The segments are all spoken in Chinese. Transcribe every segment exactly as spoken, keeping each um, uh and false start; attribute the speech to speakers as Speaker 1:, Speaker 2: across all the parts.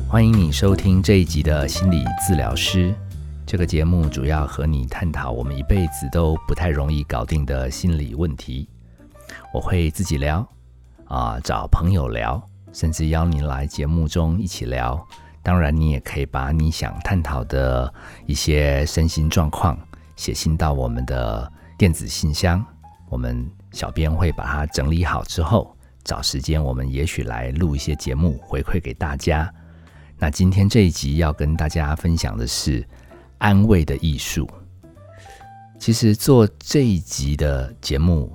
Speaker 1: 欢迎你收听这一集的心理治疗师。这个节目主要和你探讨我们一辈子都不太容易搞定的心理问题。我会自己聊啊，找朋友聊，甚至邀你来节目中一起聊。当然你也可以把你想探讨的一些身心状况写信到我们的电子信箱，我们小编会把它整理好之后，找时间我们也许来录一些节目回馈给大家。那今天这一集要跟大家分享的是安慰的艺术。其实做这一集的节目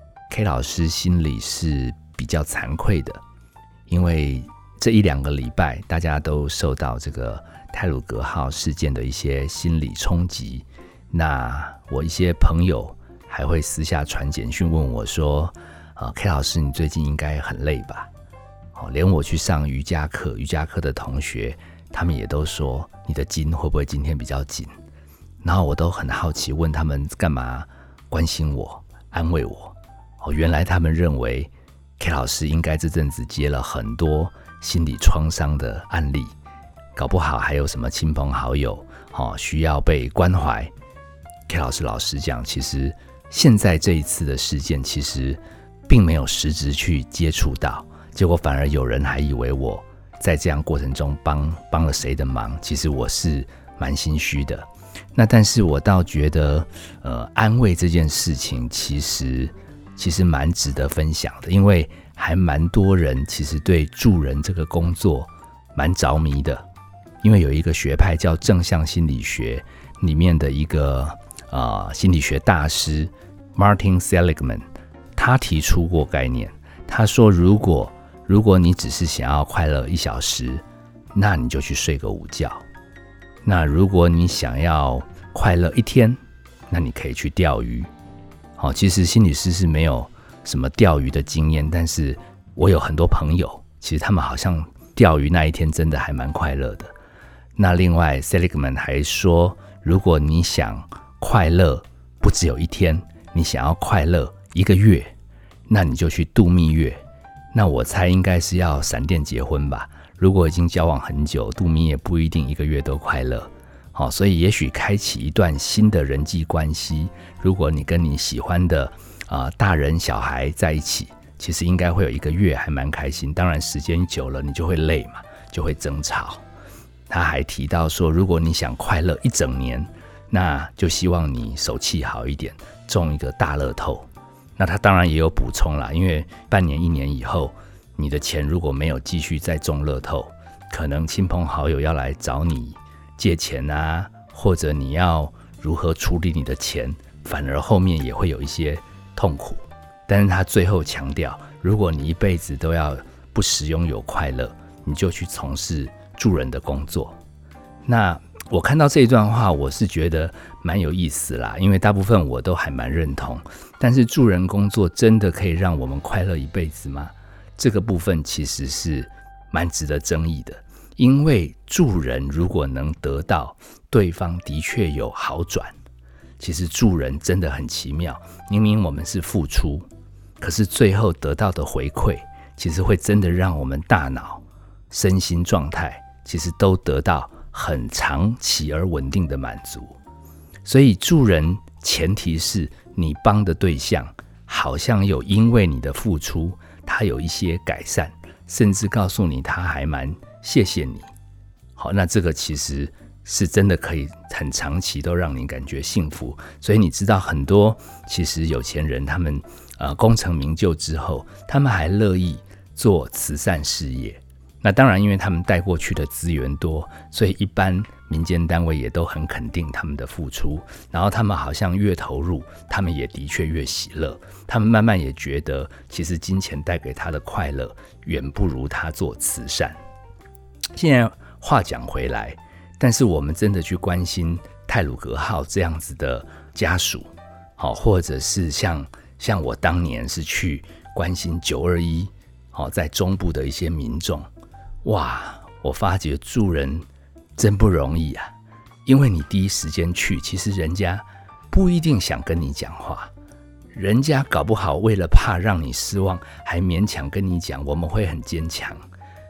Speaker 1: K 老师心里是比较惭愧的，因为这一两个礼拜大家都受到这个太鲁阁号事件的一些心理冲击。那我一些朋友还会私下传简讯问我说、呃、K 老师你最近应该很累吧、哦、连我去上瑜伽课瑜伽课的同学他们也都说你的筋会不会今天比较紧，然后我都很好奇问他们干嘛关心我安慰我、哦、原来他们认为 K 老师应该这阵子接了很多心理创伤的案例，搞不好还有什么亲朋好友、哦、需要被关怀。 K 老师老实讲，其实现在这一次的事件其实并没有实质去接触到，结果反而有人还以为我在这样过程中帮帮了谁的忙，其实我是蛮心虚的。那但是我倒觉得呃，安慰这件事情其实其实蛮值得分享的，因为还蛮多人其实对助人这个工作蛮着迷的。因为有一个学派叫正向心理学里面的一个呃心理学大师 Martin Seligman， 他提出过概念，他说如果如果你只是想要快乐一小时，那你就去睡个午觉。那如果你想要快乐一天，那你可以去钓鱼。哦，其实心理师是没有什么钓鱼的经验，但是我有很多朋友，其实他们好像钓鱼那一天真的还蛮快乐的。那另外 Seligman 还说，如果你想快乐不只有一天，你想要快乐一个月，那你就去度蜜月。那我猜应该是要闪电结婚吧，如果已经交往很久，度蜜也不一定一个月都快乐。好，所以也许开启一段新的人际关系，如果你跟你喜欢的、呃、大人小孩在一起，其实应该会有一个月还蛮开心。当然时间久了你就会累嘛，就会争吵。他还提到说，如果你想快乐一整年，那就希望你手气好一点，中一个大乐透。那他当然也有补充啦，因为半年一年以后，你的钱如果没有继续再中乐透，可能亲朋好友要来找你借钱啊，或者你要如何处理你的钱，反而后面也会有一些痛苦。但是他最后强调，如果你一辈子都要不时拥有快乐，你就去从事助人的工作。那我看到这一段话，我是觉得蛮有意思啦，因为大部分我都还蛮认同。但是助人工作真的可以让我们快乐一辈子吗？这个部分其实是蛮值得争议的。因为助人如果能得到对方的确有好转，其实助人真的很奇妙。明明我们是付出，可是最后得到的回馈，其实会真的让我们大脑、身心状态其实都得到很长期而稳定的满足。所以助人前提是你帮的对象好像有因为你的付出，他有一些改善，甚至告诉你他还蛮谢谢你。好，那这个其实是真的可以很长期都让你感觉幸福。所以你知道很多其实有钱人他们呃功成名就之后，他们还乐意做慈善事业。那当然因为他们带过去的资源多，所以一般民间单位也都很肯定他们的付出，然后他们好像越投入，他们也的确越喜乐。他们慢慢也觉得其实金钱带给他的快乐远不如他做慈善。现在话讲回来，但是我们真的去关心太鲁阁号这样子的家属，或者是像像我当年是去关心九二一在中部的一些民众，哇，我发觉助人真不容易啊。因为你第一时间去，其实人家不一定想跟你讲话，人家搞不好为了怕让你失望，还勉强跟你讲我们会很坚强。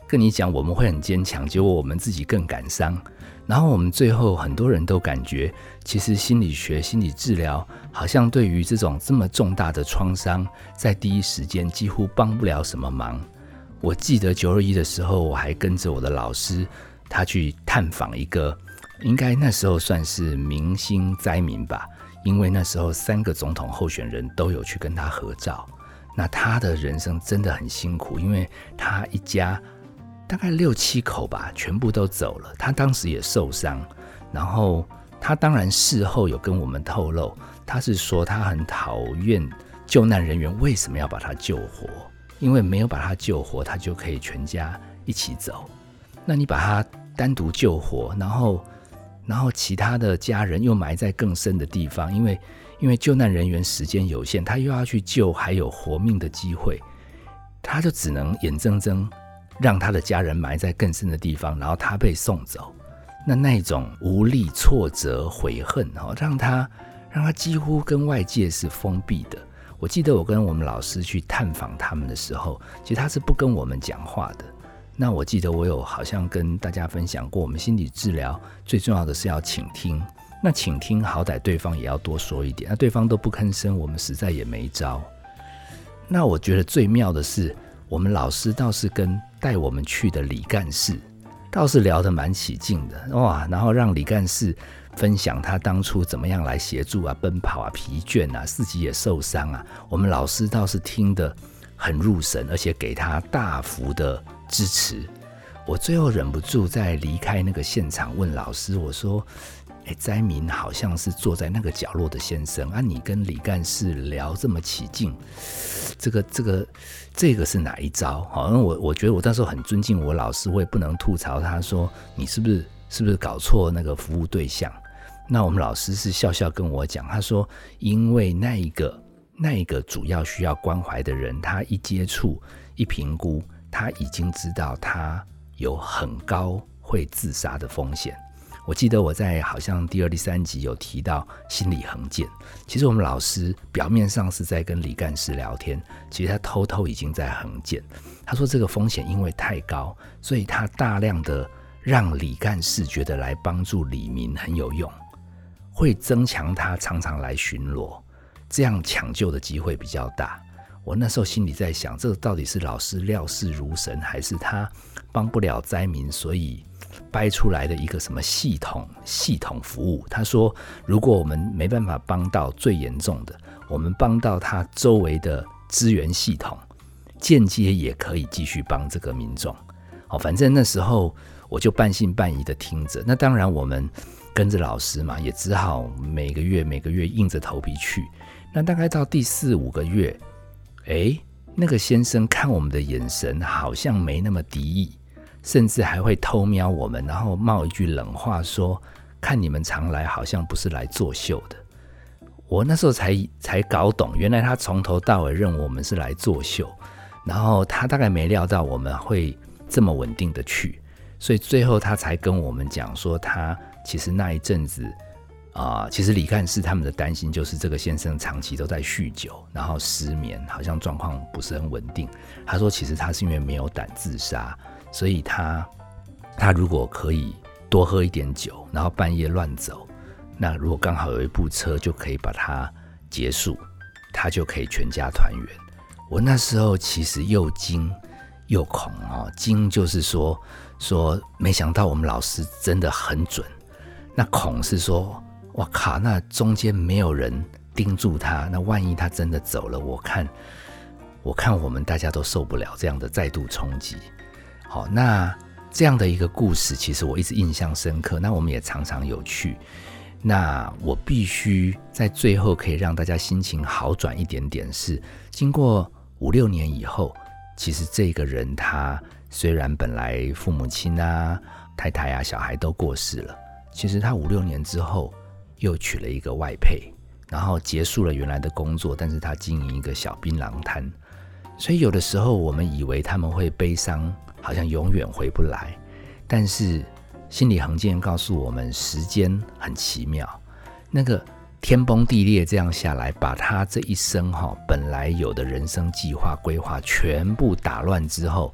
Speaker 1: 跟你讲我们会很坚强，结果我们自己更感伤。然后我们最后很多人都感觉，其实心理学、心理治疗好像对于这种这么重大的创伤，在第一时间几乎帮不了什么忙。我记得九二一的时候，我还跟着我的老师，他去探访一个，应该那时候算是明星灾民吧，因为那时候三个总统候选人都有去跟他合照。那他的人生真的很辛苦，因为他一家大概六七口吧，全部都走了。他当时也受伤，然后他当然事后有跟我们透露，他是说他很讨厌救难人员为什么要把他救活，因为没有把他救活，他就可以全家一起走。那你把他单独救活，然后然后其他的家人又埋在更深的地方，因为因为救难人员时间有限，他又要去救还有活命的机会，他就只能眼睁睁让他的家人埋在更深的地方，然后他被送走。那那种无力、挫折、悔恨，让他让他几乎跟外界是封闭的。我记得我跟我们老师去探访他们的时候，其实他是不跟我们讲话的。那我记得我有好像跟大家分享过，我们心理治疗最重要的是要倾听。那倾听好歹对方也要多说一点，那对方都不吭声，我们实在也没招。那我觉得最妙的是，我们老师倒是跟带我们去的李干事倒是聊得蛮起劲的，哇！然后让李干事分享他当初怎么样来协助啊、奔跑啊、疲倦啊，自己也受伤啊。我们老师倒是听得很入神，而且给他大幅的支持。我最后忍不住在离开那个现场问老师，我说：“哎，灾民好像是坐在那个角落的先生啊，你跟李干事聊这么起劲，这个这个这个是哪一招？”好，我我觉得我那时候很尊敬我老师，我也不能吐槽他说你是不是是不是搞错那个服务对象。那我们老师是笑笑跟我讲，他说因为那一个那一个主要需要关怀的人，他一接触一评估，他已经知道他有很高会自杀的风险。我记得我在好像第二、第三集有提到心理横见，其实我们老师表面上是在跟李干事聊天，其实他偷偷已经在横见。他说这个风险因为太高，所以他大量的让李干事觉得来帮助李民很有用，会增强他常常来巡逻，这样抢救的机会比较大。我那时候心里在想，这个到底是老师料事如神，还是他帮不了灾民，所以掰出来的一个什么系统系统服务。他说如果我们没办法帮到最严重的，我们帮到他周围的资源系统，间接也可以继续帮这个民众。好，反正那时候我就半信半疑的听着。那当然我们跟着老师嘛，也只好每个月每个月硬着头皮去。那大概到第四五个月，诶，那个先生看我们的眼神好像没那么敌意，甚至还会偷瞄我们，然后冒一句冷话说，看你们常来好像不是来作秀的。我那时候才才搞懂，原来他从头到尾认我们是来作秀，然后他大概没料到我们会这么稳定的去，所以最后他才跟我们讲说，他其实那一阵子啊、呃，其实李干事他们的担心就是这个先生长期都在酗酒，然后失眠，好像状况不是很稳定。他说其实他是因为没有胆自杀，所以他他如果可以多喝一点酒，然后半夜乱走，那如果刚好有一部车就可以把它结束，他就可以全家团圆。我那时候其实又惊又恐哦，惊就是说说没想到我们老师真的很准，那恐是说哇靠，那中间没有人盯住他，那万一他真的走了，我看我看我们大家都受不了这样的再度冲击。好，那这样的一个故事其实我一直印象深刻，那我们也常常有去。那我必须在最后可以让大家心情好转一点点，是经过五六年以后，其实这个人他虽然本来父母亲啊、太太啊、小孩都过世了，其实他五六年之后又娶了一个外配，然后结束了原来的工作，但是他经营一个小槟榔摊。所以有的时候我们以为他们会悲伤，好像永远回不来，但是心理横见告诉我们，时间很奇妙，那个天崩地裂这样下来，把他这一生本来有的人生计划规划全部打乱之后，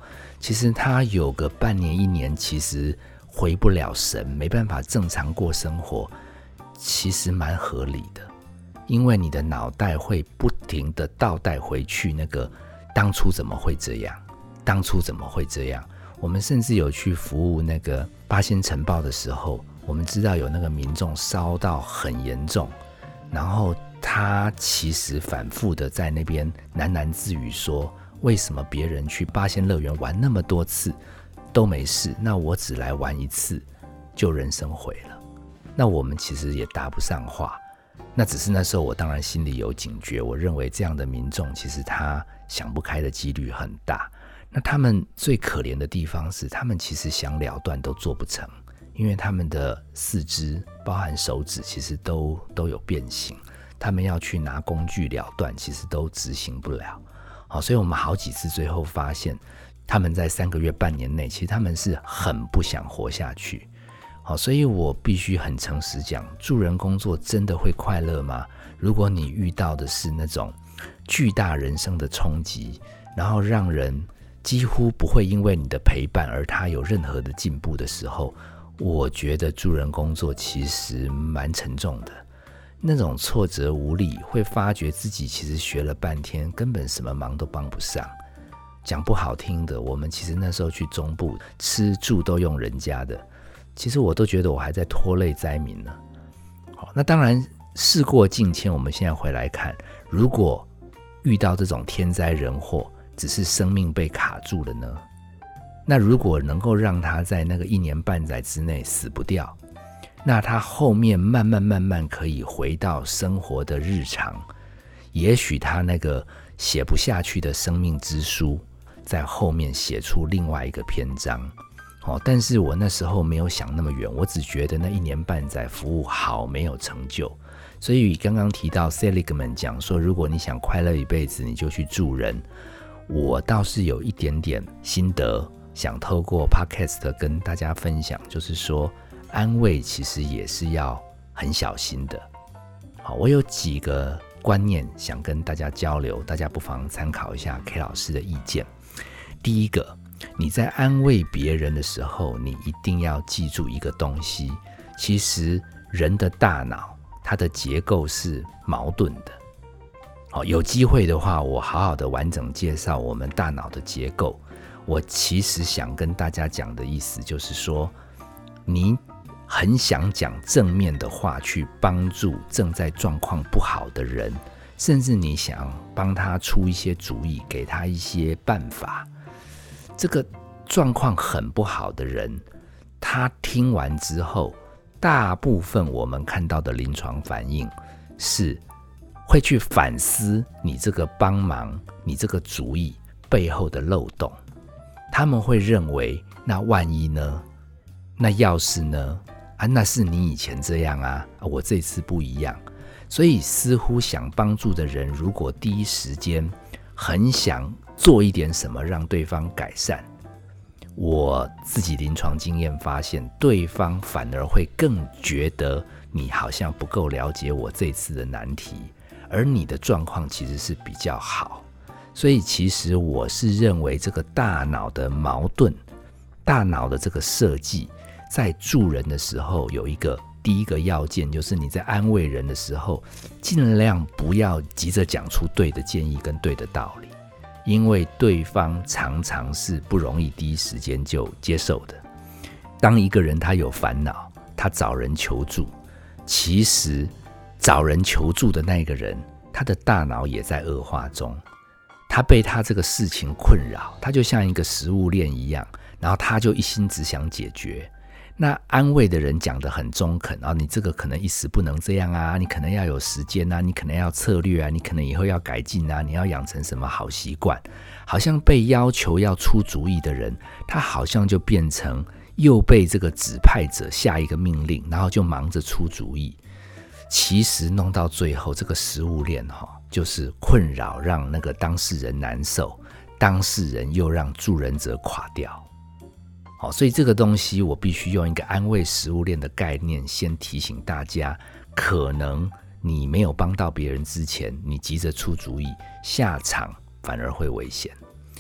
Speaker 1: 其实他有个半年一年，其实回不了神，没办法正常过生活，其实蛮合理的。因为你的脑袋会不停的倒带回去那个当初怎么会这样，当初怎么会这样。我们甚至有去服务那个八仙尘爆的时候，我们知道有那个民众烧到很严重，然后他其实反复的在那边喃喃自语说，为什么别人去八仙乐园玩那么多次都没事，那我只来玩一次就人生毁了。那我们其实也答不上话，那只是那时候我当然心里有警觉，我认为这样的民众其实他想不开的几率很大。那他们最可怜的地方是，他们其实想了断都做不成，因为他们的四肢包含手指其实都都有变形，他们要去拿工具了断其实都执行不了。好，所以我们好几次最后发现，他们在三个月半年内其实他们是很不想活下去。好，所以我必须很诚实讲，助人工作真的会快乐吗？如果你遇到的是那种巨大人生的冲击，然后让人几乎不会因为你的陪伴而他有任何的进步的时候，我觉得助人工作其实蛮沉重的。那种挫折无力，会发觉自己其实学了半天根本什么忙都帮不上。讲不好听的，我们其实那时候去中部吃住都用人家的，其实我都觉得我还在拖累灾民呢。好，那当然事过境迁，我们现在回来看，如果遇到这种天灾人祸，只是生命被卡住了呢？那如果能够让他在那个一年半载之内死不掉，那他后面慢慢慢慢可以回到生活的日常，也许他那个写不下去的生命之书，在后面写出另外一个篇章。哦，但是我那时候没有想那么远，我只觉得那一年半载服务好没有成就。所以刚刚提到 Seligman 讲说，如果你想快乐一辈子，你就去助人。我倒是有一点点心得，想透过 Podcast 跟大家分享，就是说安慰其实也是要很小心的。好，我有几个观念想跟大家交流，大家不妨参考一下 K 老师的意见。第一个，你在安慰别人的时候，你一定要记住一个东西，其实人的大脑它的结构是矛盾的。好，有机会的话，我好好的完整介绍我们大脑的结构。我其实想跟大家讲的意思就是说，你很想讲正面的话去帮助正在状况不好的人，甚至你想帮他出一些主意，给他一些办法。这个状况很不好的人，他听完之后，大部分我们看到的临床反应是会去反思你这个帮忙，你这个主意背后的漏洞。他们会认为，那万一呢？那要是呢？啊，那是你以前这样啊，啊我这次不一样。所以似乎想帮助的人，如果第一时间很想做一点什么让对方改善，我自己临床经验发现，对方反而会更觉得你好像不够了解我这次的难题，而你的状况其实是比较好。所以其实我是认为这个大脑的矛盾，大脑的这个设计，在助人的时候有一个第一个要件，就是你在安慰人的时候，尽量不要急着讲出对的建议跟对的道理，因为对方常常是不容易第一时间就接受的。当一个人他有烦恼，他找人求助，其实找人求助的那个人，他的大脑也在恶化中，他被他这个事情困扰，他就像一个食物链一样，然后他就一心只想解决。那安慰的人讲得很中肯，然后你这个可能一时不能这样啊，你可能要有时间啊，你可能要策略啊，你可能以后要改进啊，你要养成什么好习惯。好像被要求要出主意的人，他好像就变成又被这个指派者下一个命令，然后就忙着出主意。其实弄到最后，这个食物链就是困扰，让那个当事人难受，当事人又让助人者垮掉。好，所以这个东西我必须用一个安慰食物链的概念，先提醒大家，可能你没有帮到别人之前，你急着出主意，下场反而会危险。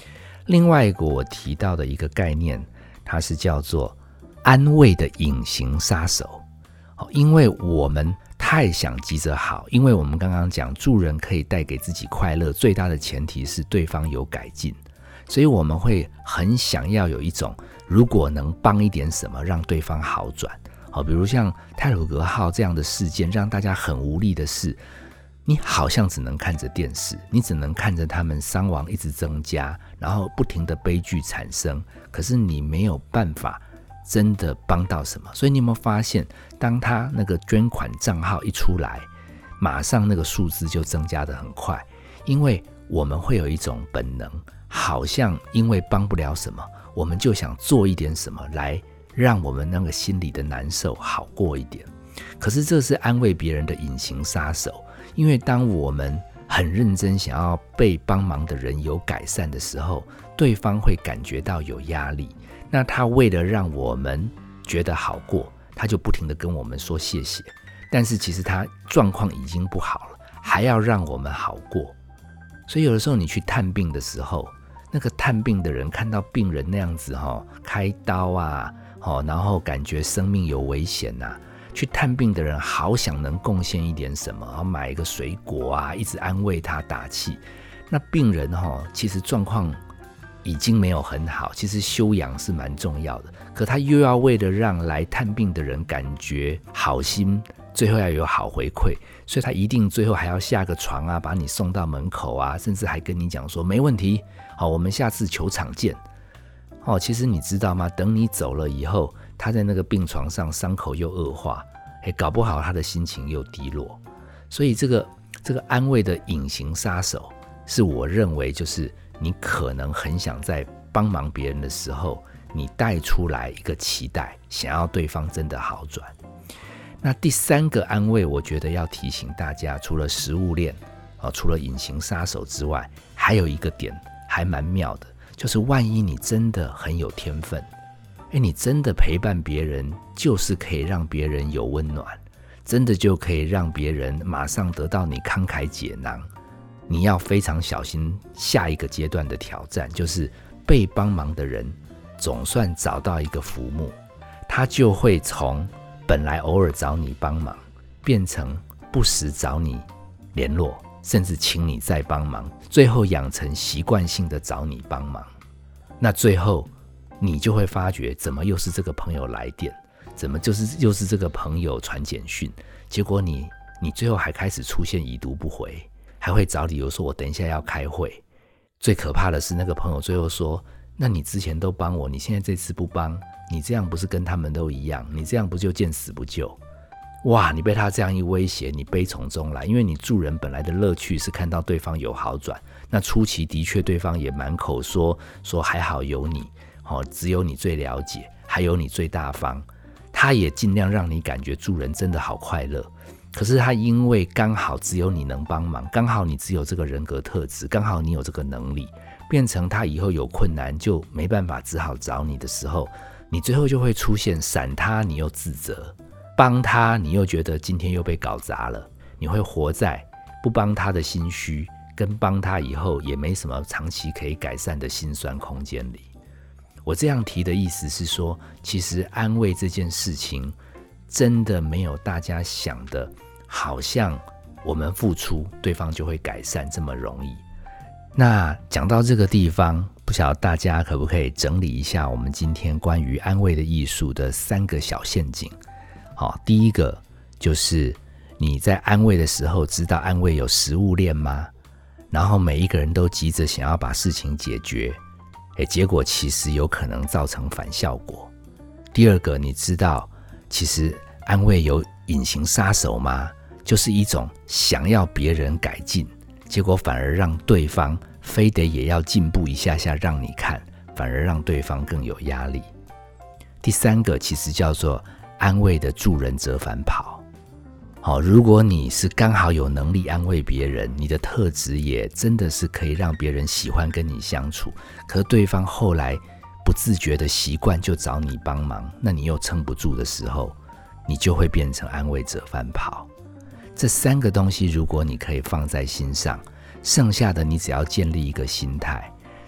Speaker 1: 另外一个我提到的一个概念，它是叫做安慰的隐形杀手。因为我们太想急着好，因为我们刚刚讲助人可以带给自己快乐，最大的前提是对方有改进，所以我们会很想要有一种如果能帮一点什么让对方好转。好，比如像太鲁阁号这样的事件，让大家很无力的是，你好像只能看着电视，你只能看着他们伤亡一直增加，然后不停的悲剧产生，可是你没有办法真的帮到什么。所以你有没有发现，当他那个捐款账号一出来，马上那个数字就增加得很快，因为我们会有一种本能，好像因为帮不了什么，我们就想做一点什么来让我们那个心里的难受好过一点。可是这是安慰别人的隐形杀手，因为当我们很认真想要被帮忙的人有改善的时候，对方会感觉到有压力，那他为了让我们觉得好过，他就不停地跟我们说谢谢，但是其实他状况已经不好了，还要让我们好过。所以有的时候你去探病的时候，那个探病的人看到病人那样子、哦、开刀啊、哦、然后感觉生命有危险啊，去探病的人好想能贡献一点什么，买一个水果啊，一直安慰他打气。那病人、哦、其实状况已经没有很好，其实休养是蛮重要的，可他又要为了让来探病的人感觉好心，最后要有好回馈，所以他一定最后还要下个床啊，把你送到门口啊，甚至还跟你讲说没问题，好，我们下次球场见。哦，其实你知道吗？等你走了以后，他在那个病床上伤口又恶化，诶，搞不好他的心情又低落。所以这个这个安慰的隐形杀手，是我认为就是你可能很想在帮忙别人的时候，你带出来一个期待，想要对方真的好转。那第三个安慰，我觉得要提醒大家，除了食物链、哦、除了隐形杀手之外，还有一个点还蛮妙的，就是万一你真的很有天分，诶，你真的陪伴别人，就是可以让别人有温暖，真的就可以让别人马上得到你慷慨解囊。你要非常小心下一个阶段的挑战，就是被帮忙的人总算找到一个浮木，他就会从本来偶尔找你帮忙，变成不时找你联络，甚至请你再帮忙，最后养成习惯性的找你帮忙。那最后你就会发觉，怎么又是这个朋友来电，怎么就是又是这个朋友传简讯，结果你你最后还开始出现已读不回，还会找理由说我等一下要开会。最可怕的是那个朋友最后说，那你之前都帮我，你现在这次不帮，你这样不是跟他们都一样，你这样不就见死不救。哇，你被他这样一威胁，你悲从中来，因为你助人本来的乐趣是看到对方有好转。那初期的确对方也满口说说还好有你、哦、只有你最了解，还有你最大方，他也尽量让你感觉助人真的好快乐。可是他因为刚好只有你能帮忙，刚好你只有这个人格特质，刚好你有这个能力，变成他以后有困难就没办法，只好找你的时候，你最后就会出现闪他你又自责，帮他你又觉得今天又被搞砸了，你会活在不帮他的心虚，跟帮他以后也没什么长期可以改善的心酸空间里。我这样提的意思是说，其实安慰这件事情真的没有大家想的好像我们付出对方就会改善这么容易。那讲到这个地方，不晓得大家可不可以整理一下我们今天关于安慰的艺术的三个小陷阱。好，第一个就是你在安慰的时候知道安慰有食物链吗？然后每一个人都急着想要把事情解决，诶，结果其实有可能造成反效果。第二个，你知道其实安慰有隐形杀手吗？就是一种想要别人改进，结果反而让对方非得也要进步一下下让你看，反而让对方更有压力。第三个其实叫做安慰的助人折返跑。好，如果你是刚好有能力安慰别人，你的特质也真的是可以让别人喜欢跟你相处，可是对方后来不自觉的习惯就找你帮忙，那你又撑不住的时候，你就会变成安慰折返跑。这三个东西如果你可以放在心上，剩下的你只要建立一个心态，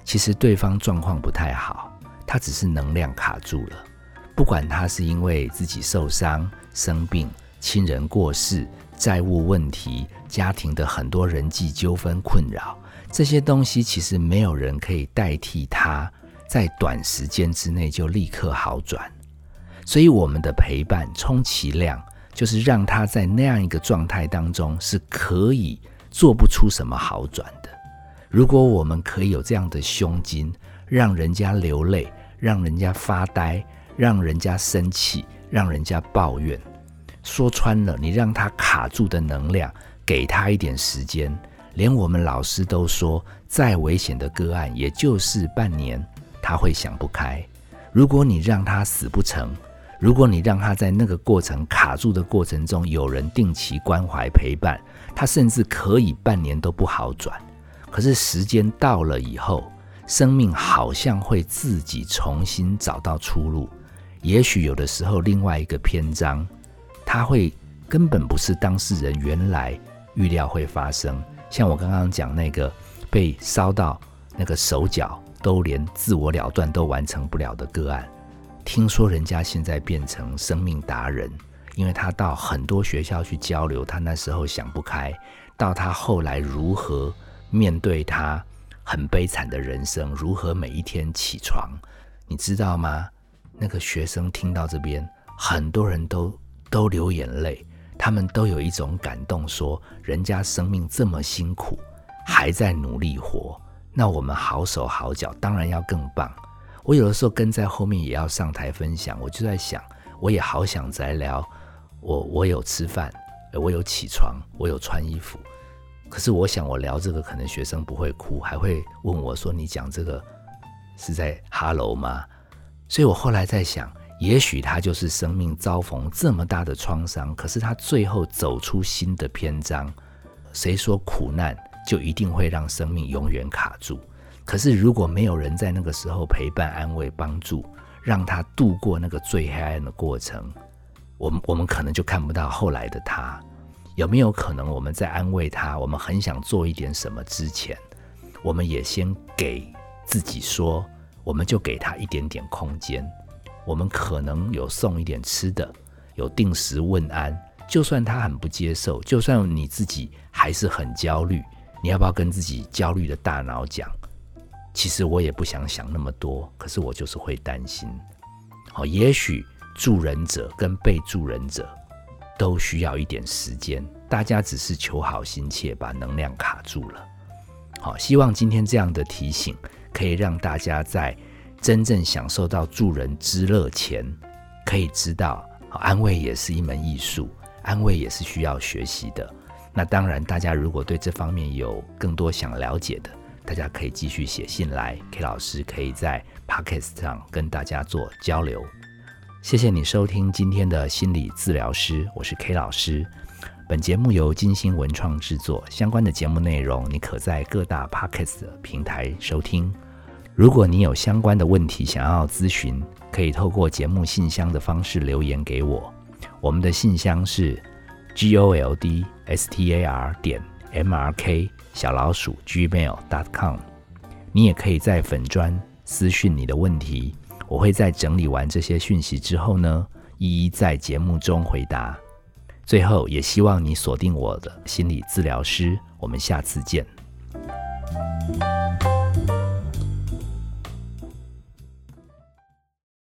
Speaker 1: 其实对方状况不太好，他只是能量卡住了。不管他是因为自己受伤、生病、亲人过世、债务问题、家庭的很多人际纠纷困扰，这些东西其实没有人可以代替他在短时间之内就立刻好转。所以我们的陪伴充其量就是让他在那样一个状态当中是可以做不出什么好转的。如果我们可以有这样的胸襟，让人家流泪，让人家发呆，让人家生气，让人家抱怨，说穿了，你让他卡住的能量，给他一点时间。连我们老师都说，再危险的个案也就是半年他会想不开。如果你让他死不成，如果你让他在那个过程卡住的过程中有人定期关怀陪伴，他甚至可以半年都不好转。可是时间到了以后，生命好像会自己重新找到出路。也许有的时候另外一个篇章，它会根本不是当事人原来预料会发生。像我刚刚讲那个被烧到那个手脚都连自我了断都完成不了的个案，听说人家现在变成生命达人，因为他到很多学校去交流，他那时候想不开，到他后来如何面对他很悲惨的人生，如何每一天起床，你知道吗？那个学生听到这边，很多人都都流眼泪，他们都有一种感动，说人家生命这么辛苦，还在努力活，那我们好手好脚，当然要更棒。我有的时候跟在后面也要上台分享，我就在想，我也好想再聊，我我有吃饭，我有起床，我有穿衣服。可是我想我聊这个，可能学生不会哭，还会问我说，你讲这个是在哈喽吗？所以我后来在想，也许他就是生命遭逢这么大的创伤，可是他最后走出新的篇章。谁说苦难就一定会让生命永远卡住？可是如果没有人在那个时候陪伴、安慰、帮助，让他度过那个最黑暗的过程，我们我们可能就看不到后来的他。有没有可能我们在安慰他，我们很想做一点什么之前，我们也先给自己说，我们就给他一点点空间。我们可能有送一点吃的，有定时问安，就算他很不接受，就算你自己还是很焦虑，你要不要跟自己焦虑的大脑讲，其实我也不想想那么多，可是我就是会担心。好，也许助人者跟被助人者都需要一点时间，大家只是求好心切，把能量卡住了。好，希望今天这样的提醒可以让大家在真正享受到助人之乐前，可以知道安慰也是一门艺术，安慰也是需要学习的。那当然，大家如果对这方面有更多想了解的，大家可以继续写信来 ，K 老师可以在 Podcast 上跟大家做交流。谢谢你收听今天的心理治疗师，我是 K 老师。本节目由金星文创制作，相关的节目内容你可在各大 Podcast 平台收听。如果你有相关的问题想要咨询，可以透过节目信箱的方式留言给我。我们的信箱是 goldstar 点 mrk 小老鼠 gmail 点 com。 你也可以在粉专私讯你的问题，我会在整理完这些讯息之后呢，一一在节目中回答。最后也希望你锁定我的心理治疗师，我们下次见。